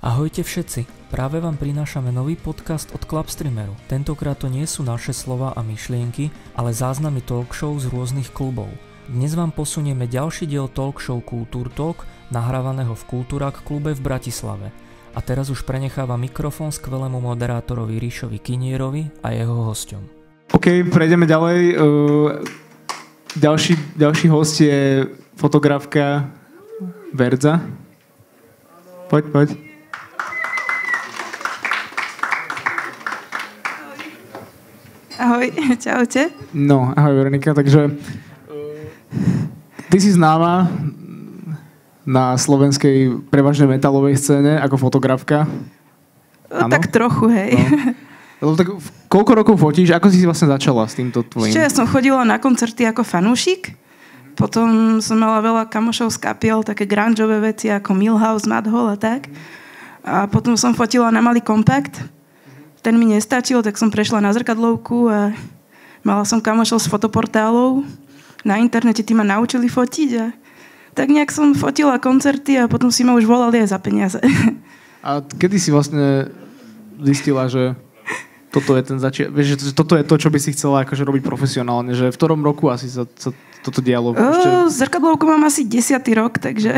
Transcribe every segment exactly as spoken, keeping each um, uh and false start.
Ahojte všetci, práve vám prinášame nový podcast od Clubstreameru. Tentokrát to nie sú naše slova a myšlienky, ale záznamy talk show z rôznych klubov. Dnes vám posunieme ďalší diel talk show Kultúr Talk, nahrávaného v Kultúrak klube v Bratislave. A teraz už prenecháva mikrofón skvelému moderátorovi Ríšovi Kinierovi a jeho hosťom. OK, prejdeme ďalej. Ďalší, ďalší host je fotografka Verdza. Poď, poď. Ahoj, čaute. No, ahoj Veronika, takže ty si známa na slovenskej prevažne metalovej scéne ako fotografka. No, tak trochu, hej. No. Tak koľko rokov fotíš? Ako si si vlastne začala s týmto tvojím? Ešte ja som chodila na koncerty ako fanúšik. Potom som mala veľa kamošov z kapiel, také grungeové veci ako Milhouse, Madhol a tak. A potom som fotila na malý kompakt. Ten mi nestačil, tak som prešla na zrkadlovku a mala som kamošov z fotoportálov. Na internete tí ma naučili fotiť a tak nejak som fotila koncerty a potom si ma už volali aj za peniaze. A kedy si vlastne zistila, že toto je ten začiatok, vieš, že toto je to, čo by si chcela akože robiť profesionálne, že v ktorom roku asi sa, sa toto dialo? O, zrkadlovku mám asi desiatý rok, takže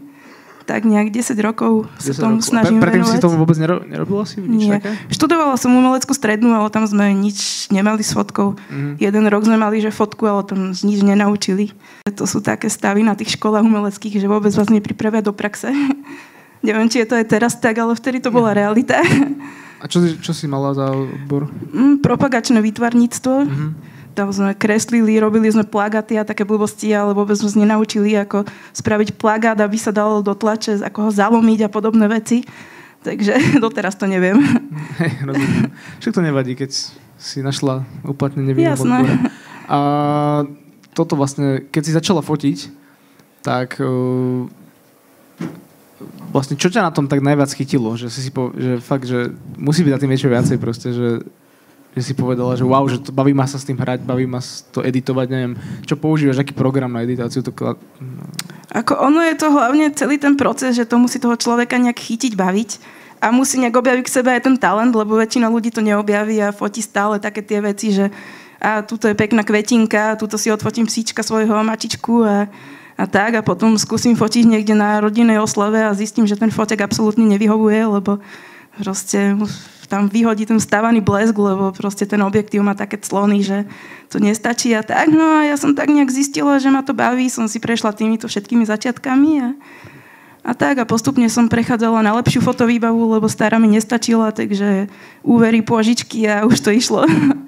tak nejak desať rokov sa tomu rokov. snažím Pre, predtým venovať. si tomu vôbec nero, nerobila si nič Nie. také? Študovala som umeleckú strednú, ale tam sme nič nemali s fotkou. Mm-hmm. Jeden rok sme mali, že fotku, ale tam nič nenaučili. To sú také stavy na tých školách umeleckých, že vôbec vás nepripravia do praxe. Neviem, či je to aj teraz tak, ale vtedy to bola realita. A čo, čo si mala za odbor? Mm, propagačné výtvarníctvo. Mm-hmm. Tam sme kreslili, robili sme plagáty a také blbosti, ale vôbec sme sa nenaučili, ako spraviť plagát, aby sa dalo do tlače, ako ho zalomiť a podobné veci. Takže doteraz to neviem. Hej, rozumiem. Však to nevadí, keď si našla uplatnenie v inom odbore. A toto vlastne, keď si začala fotiť, tak uh, vlastne čo ťa na tom tak najviac chytilo? Že si si po, že fakt, že musí byť na tým niečo viacej proste, že že si povedala, že wow, že to, baví ma sa s tým hrať, baví ma to editovať, neviem, čo používaš, aký program na editáciu? To... Ako ono je to hlavne celý ten proces, že to musí toho človeka nejak chytiť, baviť a musí nejak objaviť k sebe aj ten talent, lebo väčšina ľudí to neobjaví a fotí stále také tie veci, že a tuto je pekná kvetinka, tuto si odfotím psíčka svojho mačičku a, a tak a potom skúsim fotiť niekde na rodinnej oslave a zistím, že ten fotek absolútne nevyhovuje, lebo proste tam vyhodí ten stávaný blesk, lebo proste ten objektív má také clony, že to nestačí a tak. No a ja som tak nejak zistila, že ma to baví, som si prešla týmito všetkými začiatkami a, a tak a postupne som prechádzala na lepšiu fotovýbavu, lebo stará mi nestačila, takže úvery, pôžičky a už to išlo.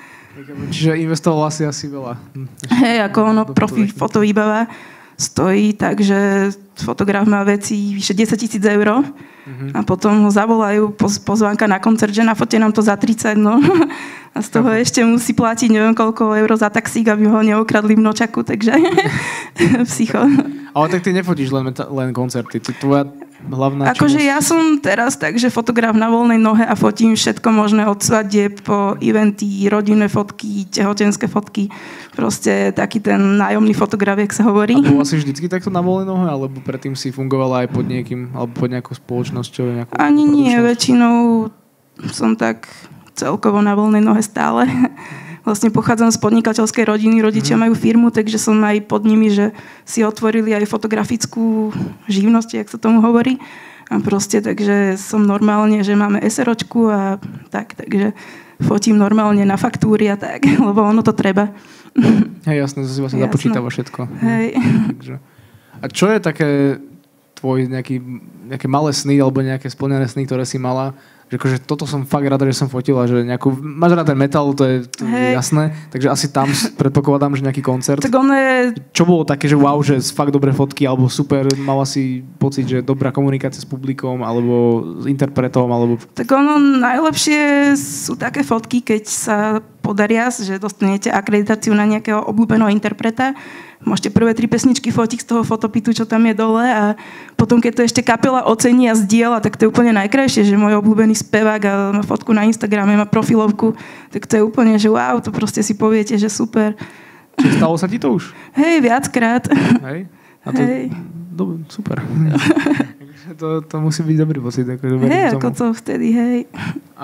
Čiže investovala si asi veľa. Hej, ako ono, profi fotovýbava stojí, takže fotograf má veci vyše desať tisíc eur mm-hmm. a potom ho zavolajú poz, pozvánka na koncert, že nafote nám to za tridsať, no. A z toho Aha. ešte musí platiť neviem koľko eur za taxík, aby ho neokradli v nočaku, takže psycho. Ale tak ty nefotíš len, len koncerty, ty tvoja hlavná akože činnosť... ja som teraz takže fotograf na voľnej nohe a fotím všetko možné od svadieb po eventy, rodinné fotky, tehotenské fotky. Proste taký ten nájomný fotograf, jak sa hovorí. A bola si vždycky takto na voľnej nohe, alebo predtým si fungovala aj pod niekým, alebo pod nejakou spoločnosťou? Nejakou Ani nie, väčšinou som tak celkovo na voľnej nohe stále. Vlastne pochádzam z podnikateľskej rodiny, rodičia mm. majú firmu, takže som aj pod nimi, že si otvorili aj fotografickú živnosť, jak sa tomu hovorí. A proste, takže som normálne, že máme SROčku a tak, takže fotím normálne na faktúry a tak, lebo ono to treba. Hej, jasné, to si vlastne započítava všetko. Hej. Takže. A čo je také tvoj nejaký, nejaké malé sny alebo nejaké splnené sny, ktoré si mala? Že akože toto som fakt rada, že som fotila, že nejakú, máš rád ten metal, to je, to je jasné, takže asi tam predpokladám, že nejaký koncert. Tak on je... Čo bolo také, že wow, že fakt dobré fotky, alebo super, mala si pocit, že dobrá komunikácia s publikom, alebo s interpretom, alebo... Tak ono najlepšie sú také fotky, keď sa podaria, že dostanete akreditáciu na nejakého obľúbeného interpreta. Môžete prvé tri pesničky fotiť z toho fotopitu, čo tam je dole a potom, keď to ešte kapela ocení a zdieľa, tak to je úplne najkrajšie, že môj obľúbený spevák a má fotku na Instagrame, má profilovku, tak to je úplne, že wow, to proste si poviete, že super. Čiže stalo sa ti to už? Hej, viackrát. Hej? A to... Hej. Dobre, super. To, to musí byť dobrý pocit. Akože hej, ako to vtedy, hej. A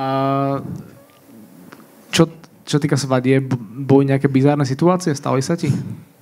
čo, čo týka svadie, boli nejaké bizárne situácie? Stali sa ti?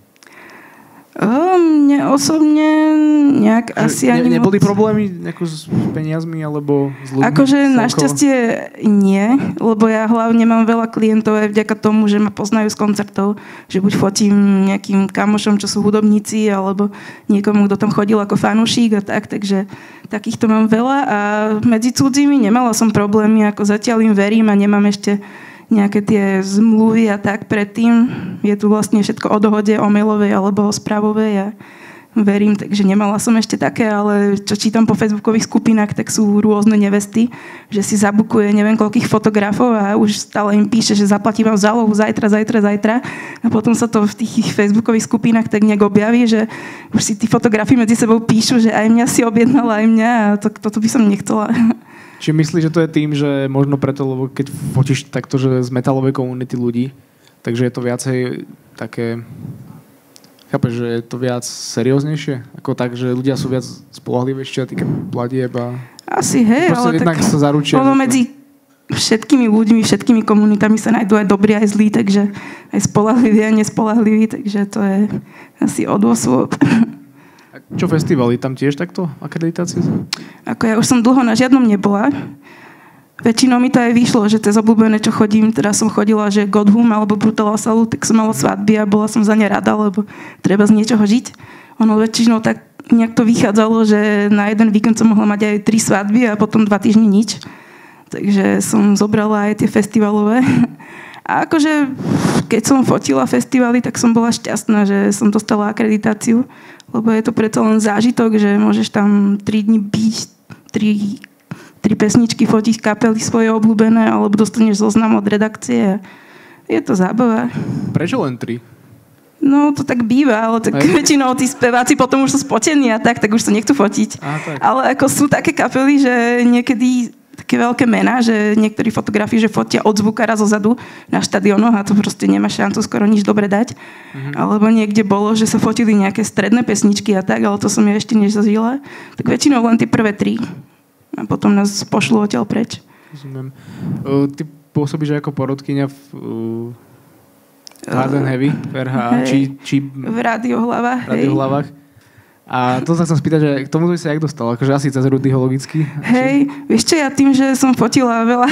O, mne osobne nejak že asi ani ne, neboli moc... problémy nejako s peniazmi alebo s ľuďmi? Akože celkovo? Našťastie nie, lebo ja hlavne mám veľa klientov aj vďaka tomu, že ma poznajú z koncertov, že buď fotím nejakým kamošom, čo sú hudobníci, alebo niekomu, kto tam chodil ako fanúšik a tak, takže takýchto mám veľa a medzi cudzími nemala som problémy, ako zatiaľ im verím a nemám ešte nejaké tie zmluvy a tak predtým. Je tu vlastne všetko o dohode, o mailovej alebo o správovej a verím, takže nemala som ešte také, ale čo čítam po facebookových skupinách, tak sú rôzne nevesty, že si zabukuje neviem koľkých fotografov a už stále im píše, že zaplatí vám zálohu zajtra, zajtra, zajtra a potom sa to v tých facebookových skupinách tak nejak objaví, že už si tí fotografi medzi sebou píšu, že aj mňa si objednala, aj mňa a to, toto by som nechcela. Či myslíš, že to je tým, že možno preto, lebo keď fotíš takto, že z metalovej komunity ľudí, takže je to viacej také, chápeš, že je to viac serióznejšie? Ako tak, že ľudia sú viac spolahlivejšie a týka platieb a... Asi, hej, ale tak sa zaručia, ono medzi všetkými ľuďmi, všetkými komunitami sa nájdú aj dobrí, aj zlí, takže aj spolahliví a nespolahliví, takže to je asi od osôb. A čo festivaly? Tam tiež takto akreditácie? Ako ja už som dlho na žiadnom nebola. Väčšinou mi to aj vyšlo, že cez obľúbené, čo chodím, teraz som chodila, že Godhum alebo Brutal Assault, tak som mala svadby a bola som za ne rada, lebo treba z niečoho žiť. Ono väčšinou tak nejak to vychádzalo, že na jeden víkend som mohla mať aj tri svadby a potom dva týždne nič. Takže som zobrala aj tie festivalové. A akože, keď som fotila festivaly, tak som bola šťastná, že som dostala akreditáciu, lebo je to preto len zážitok, že môžeš tam tri dni byť, tri, tri pesničky fotiť kapely svoje obľúbené, alebo dostaneš zoznam od redakcie. Je to zábava. Prečo len tri? No, to tak býva, ale tak aj väčšinou tí speváci potom už sú spotení a tak, tak už sa nechcú fotiť. Á, ale ako sú také kapely, že niekedy také veľké mená, že niektorí fotografi, že fotia od zvukára zo zadu na štadiónoch a to proste nemá šancu skoro nič dobre dať. Mm-hmm. Alebo niekde bolo, že sa fotili nejaké stredné pesničky a tak, ale to som ja ešte nezažila. Tak väčšinou len tie prvé tri. A potom nás pošlú odtiaľ preč. Rozumiem. Uh, ty pôsobíš ako porodkyňa v uh, Hard and Heavy, v er há, hej, či, či v Radiohlavách. V Radiohlavách. A to sa chcem spýtať, že k tomu by sa jak dostal? Akože asi cez Rudyho logicky. Hej, vieš čo, ja tým, že som fotila veľa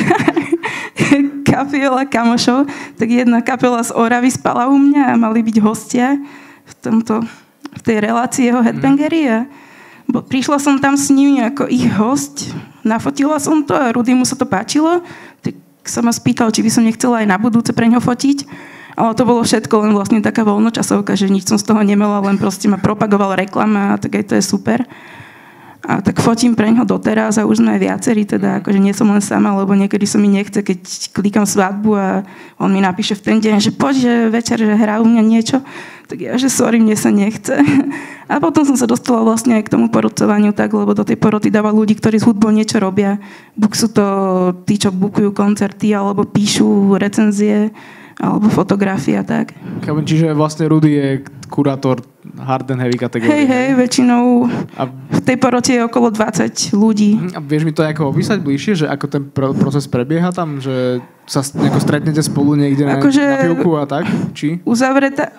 kapiel a kamošov, tak jedna kapela z Oravy spala u mňa a mali byť hostia v, tomto, v tej relácii jeho headbangery a bo, prišla som tam s nimi ako ich host, nafotila som to a Rudymu sa to páčilo, tak sa ma spýtal, či by som nechcela aj na budúce pre ňo fotiť. Ale to bolo všetko len vlastne taká voľnočasovka, že nič som z toho nemala, len proste ma propagovala reklama a tak aj to je super. A tak fotím pre ňoho doteraz a už sme aj viacerí, teda akože nie som len sama, lebo niekedy sa mi nechce, keď klikám svadbu a on mi napíše v ten deň, že poď, že večer, že hrá u mňa niečo, tak ja, že sorry, mne sa nechce. A potom som sa dostala vlastne aj k tomu porodcovaniu tak, lebo do tej poroty dáva ľudí, ktorí s hudbou niečo robia. Buk sú to tí, čo bukujú koncerty alebo píšu recenzie alebo fotografie a tak. Čiže vlastne Rudy je kurátor hard and heavy kategórie. Hej, hej, väčšinou a v tej porote je okolo dvadsať ľudí. A vieš mi to nejako opísať bližšie, že ako ten proces prebieha tam, že sa nejako stretnete spolu niekde na, akože na pivku a tak? Či? Uzavretá...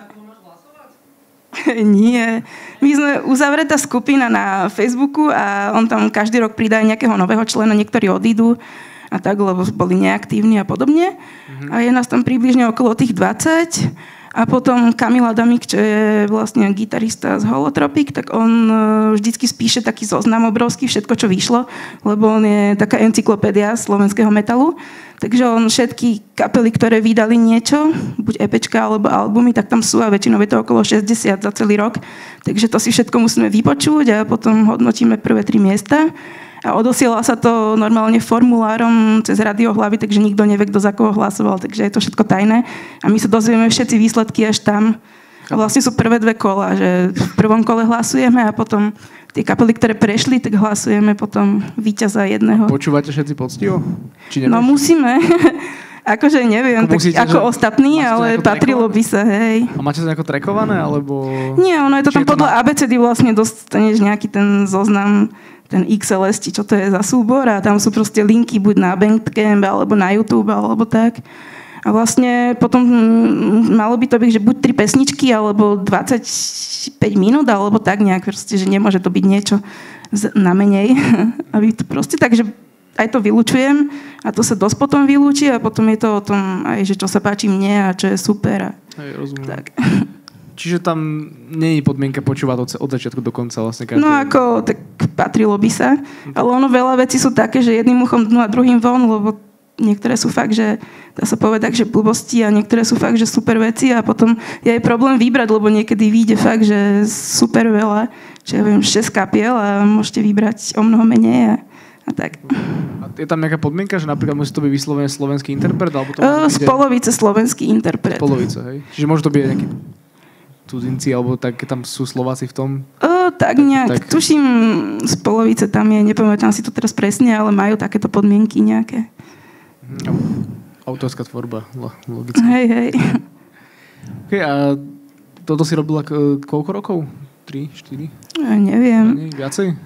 Nie. My sme uzavretá skupina na Facebooku a on tam každý rok pridá nejakého nového člena, niektorí odídu a tak, lebo boli neaktívni a podobne. Mm-hmm. A je nás tam približne okolo tých dvadsať. A potom Kamil Adamík, čo je vlastne gitarista z Holotropic, tak on vždycky spíše taký zoznam obrovský, všetko, čo vyšlo, lebo on je taká encyklopédia slovenského metalu. Takže on všetky kapely, ktoré vydali niečo, buď EPčka alebo albumy, tak tam sú a väčšinou je to okolo šesťdesiat za celý rok. Takže to si všetko musíme vypočuť a potom hodnotíme prvé tri miesta. A odosiela sa to normálne formulárom cez Radiohlavy, takže nikto nevie, kto za koho hlasoval, takže je to všetko tajné. A my sa dozvieme všetci výsledky až tam. A vlastne sú prvé dve kola, že v prvom kole hlasujeme a potom tie kapely, ktoré prešli, tak hlasujeme potom víťaza jedného. Počúvate všetci poctivo? Či no musíme. Akože neviem, tak musíte, ako ostatní, ale patrilo by sa, hej. A máte to nejako trackované, alebo... Nie, ono je to tam podľa á bé cé dé vlastne dostaneš nejaký ten zoznam ten iks el es, čo to je za súbor a tam sú proste linky buď na Bandcamp alebo na YouTube alebo tak. A vlastne potom malo by to byť, že buď tri pesničky alebo dvadsaťpäť minút alebo tak nejak proste, že nemôže to byť niečo na menej. Aby to proste, takže aj to vylučujem a to sa dosť potom vylúči a potom je to o tom aj, že čo sa páči mne a čo je super. A hej, rozumiem. Tak. Čiže tam nie je podmienka počúvať od, od začiatku do konca vlastne každý. No ako, tak patrilo by sa. Ale ono veľa vecí sú také, že jedným uchom dnu a druhým von, lebo niektoré sú fakt, že dá sa povedať, že blbosti a niektoré sú fakt, že super veci a potom je aj problém vybrať, lebo niekedy vyjde fakt, že super veľa, že ja viem, šesť kapiel a môžete vybrať o mnoho menej a, a tak. A je tam nejaká podmienka, že napríklad musí to byť vyslovene slovenský interpret? Alebo to uh, z byť polovice slovenský interpret. Z polovice, hej? Čiže môže to byť aj nejaký cudzinci, alebo tak tam sú Slováci v tom? Uh, tak nejak, tak. tuším, z polovice tam je, nepamätám si to teraz presne, ale majú takéto podmienky nejaké. No, autorská tvorba, logicky. Hej, hej. Okay, a toto si robila k- koľko rokov? tri, štyri? Ja neviem. Nie, viacej?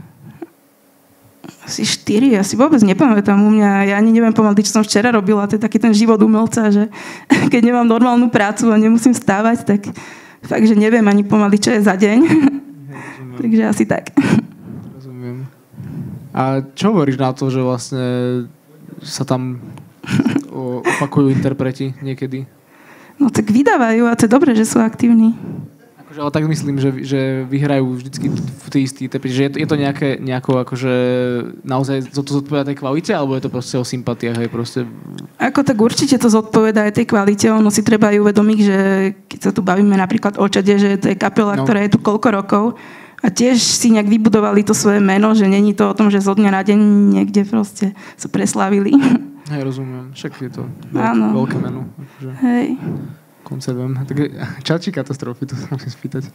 Asi štyri, ja si vôbec nepamätám u mňa. Ja ani neviem pomaly, čo som včera robila. To je taký ten život umelca, že keď nemám normálnu prácu a nemusím stávať, tak fakt, že neviem ani pomaly, čo je za deň. Rozumiem. Takže asi tak. Rozumiem. A čo hovoríš na to, že vlastne sa tam opakujú interpreti niekedy? No tak vydávajú a to je dobré, že sú aktívni. Akože, ale tak myslím, že, že vyhrajú vždycky tí istí interpreti. Že je to, je to nejaké, nejako akože naozaj to zodpovedá tej kvalite, alebo je to proste o sympatiách? Aj proste... Ako tak určite to zodpovedá aj tej kvalite. Ono si treba aj uvedomiť, že keď sa tu bavíme napríklad o Čade, že to je kapela, no. ktorá je tu koľko rokov a tiež si nejak vybudovali to svoje meno, že není to o tom, že zo dňa na deň niekde proste sa preslávili. Hej, rozumiem. Však je to veľké, veľké meno. Akože. Hej. Koncertujem. Tak Čad či katastrofy, to sa musím spýtať.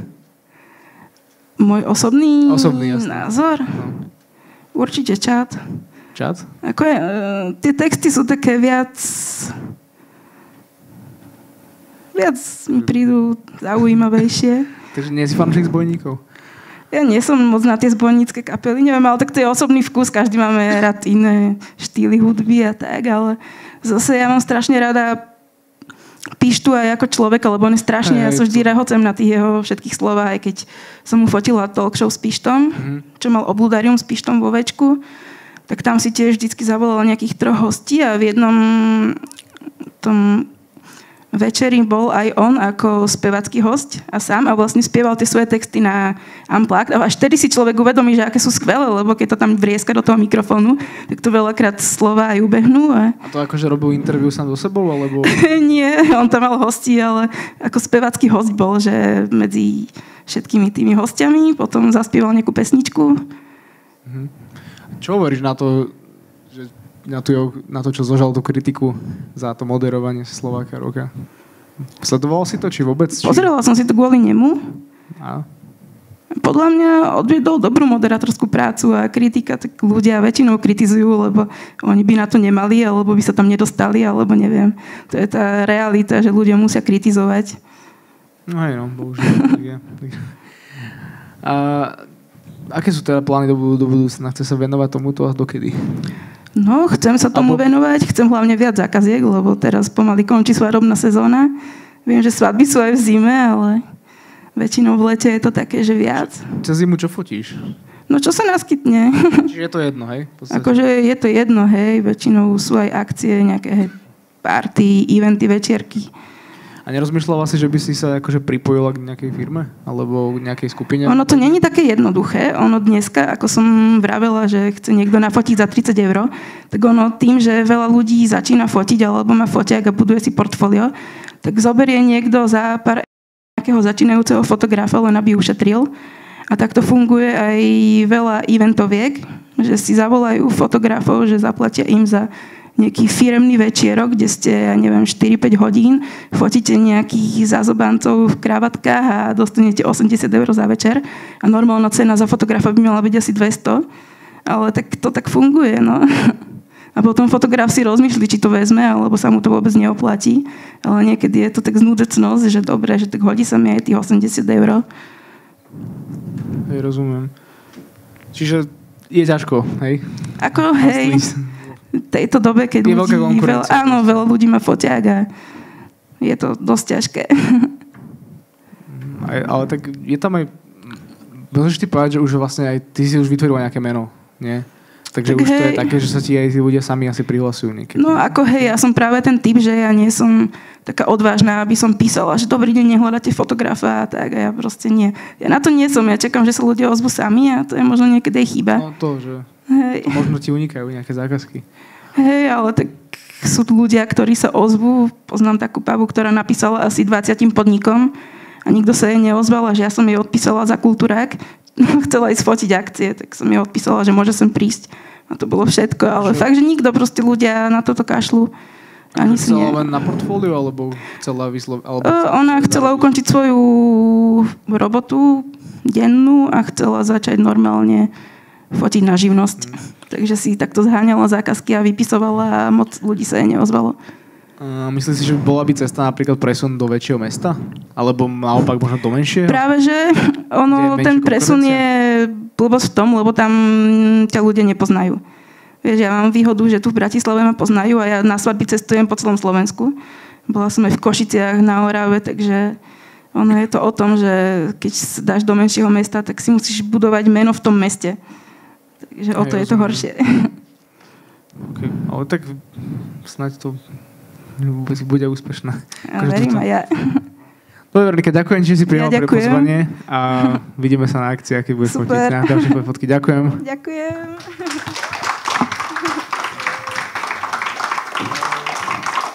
Môj osobný, osobný názor? No. Určite Čad. Čad? Ako je, uh, tie texty sú také viac viac mi prídu zaujímavejšie. Takže nie si fanúšik zbojníkov? Ja nie som moc na tie zbojnícke kapely, neviem, ale tak to je osobný vkus, každý máme rád iné štýly hudby a tak, ale zase ja mám strašne rada Pištu aj ako človeka, lebo on je strašne, hey, ja sa vždy rehocem na tých jeho všetkých slovách, aj keď som mu fotila talk show s Pištom, mm-hmm. čo mal Obludarium s Pištom vo Večku, tak tam si tiež vždycky zavolal nejakých troch hostí a v jednom tom večeri bol aj on ako spevacký host a sám a vlastne spieval tie svoje texty na Unplugged a až vtedy si človek uvedomí, že aké sú skvelé, lebo keď to tam vrieska do toho mikrofónu, tak to veľakrát slova aj ubehnú. A, a to akože robil interview sám so sebou, alebo... Nie, on tam mal hostí, ale ako spevacký host bol, že medzi všetkými tými hostiami potom zaspieval nejakú pesničku. Mhm. Čo hovoríš na to, že Na to, na to, čo zožal tú kritiku za to moderovanie Slováka roka. Sledoval si to, či vôbec? Či... Pozerala som si to kvôli nemu. A? Podľa mňa odviedol dobrú moderátorskú prácu a kritika, tak ľudia väčšinou kritizujú, lebo oni by na to nemali, alebo by sa tam nedostali, alebo neviem. To je tá realita, že ľudia musia kritizovať. No hej, no, bohužiaľ. A aké sú teda plány do, do budúcna? Chce sa venovať tomuto a dokedy? No, chcem sa tomu Abo... venovať, chcem hlavne viac zákaziek, lebo teraz pomaly končí svadobná sezóna. Viem, že svadby sú aj v zime, ale väčšinou v lete je to také, že viac. Cez zimu čo fotíš? No, čo sa naskytne. Čiže je to jedno, hej? Podstate... Akože je to jedno, hej. Väčšinou sú aj akcie, nejaké party, eventy, večierky. A nerozmýšľala si, že by si sa akože pripojila k nejakej firme? Alebo k nejakej skupine? Ono to není také jednoduché. Ono dneska, ako som vravela, že chce niekto nafotiť za tridsať eur, tak ono tým, že veľa ľudí začína fotiť alebo má foťák a buduje si portfólio, tak zoberie niekto za pár nejakého začínajúceho fotografa, len aby ušetril. A takto funguje aj veľa eventoviek, že si zavolajú fotografov, že zaplatia im za nejaký firemný večierok, kde ste, ja neviem, štyri päť hodín, fotíte nejakých zázobancov v kravatkách a dostanete osemdesiat eur za večer a normálna cena za fotografa by mala byť asi dvesto, ale tak to tak funguje, no. A potom fotograf si rozmýšľi, či to vezme, alebo sa mu to vôbec neoplatí, ale niekedy je to tak znúdecnosť, že dobre, že tak hodí sa mi aj tých osemdesiat eur. Hej, rozumiem. Čiže je ťažko, hej? Ako, hej, v tejto dobe, keď je ľudí, veľa, áno, veľa ľudí má foťák a je to dosť ťažké. Aj, ale tak je tam aj... Môžeš ty povedať, že už vlastne aj ty si už vytvoril nejaké meno, nie? Takže tak už hej. To je také, že sa ti aj tí ľudia sami asi prihlasujú niekedy. No ako hej, ja som práve ten typ, že ja nie som taká odvážna, aby som písala, že dobrý deň, nehľadáte fotografa a tak. A ja proste nie. Ja na to nie som, ja čakám, že sa ľudia ozvú sami a to je možno niekedy aj chyba. No to, že hej. To možno ti unikajú nejaké zákazky. Hej, ale tak sú tu ľudia, ktorí sa ozvú. Poznám takú babu, ktorá napísala asi dvadsiatim podnikom a nikto sa jej neozval, a že ja som jej odpísala za Kultúrák. Chcela ísť fotiť akcie, tak som jej odpísala, že môže sem prísť. A to bolo všetko, ale že... fakt, že nikto, proste ľudia na toto kašľú. Ani si chcela nie... len na portfólio, alebo chcela vysloviť? Alebo... Uh, ona chcela ukončiť svoju robotu dennú a chcela začať normálne fotiť na živnosť. Mm. Takže si takto zháňala zákazky a vypisovala a moc ľudí sa jej neozvalo. Uh, myslíš si, že bola by cesta napríklad presun do väčšieho mesta? Alebo naopak možno do menšieho? Práve, že ono, ten presun je blbosť v tom, lebo tam ťa ľudia nepoznajú. Vieš, ja mám výhodu, že tu v Bratislave ma poznajú a ja na svadby cestujem po celom Slovensku. Bola som aj v Košiciach, na Orave, takže ono je to o tom, že keď sa dáš do menšieho mesta, tak si musíš budovať meno v tom meste. Takže o to je to horšie. Okay. Ale tak snáď to bude úspešná. Ja verím aj ja. Dobre, Veronika, ďakujem, že si prijala ja pre pozvanie a vidíme sa na akciách, keď budeš fotiť na ďalšie fotky. Ďakujem. Ďakujem.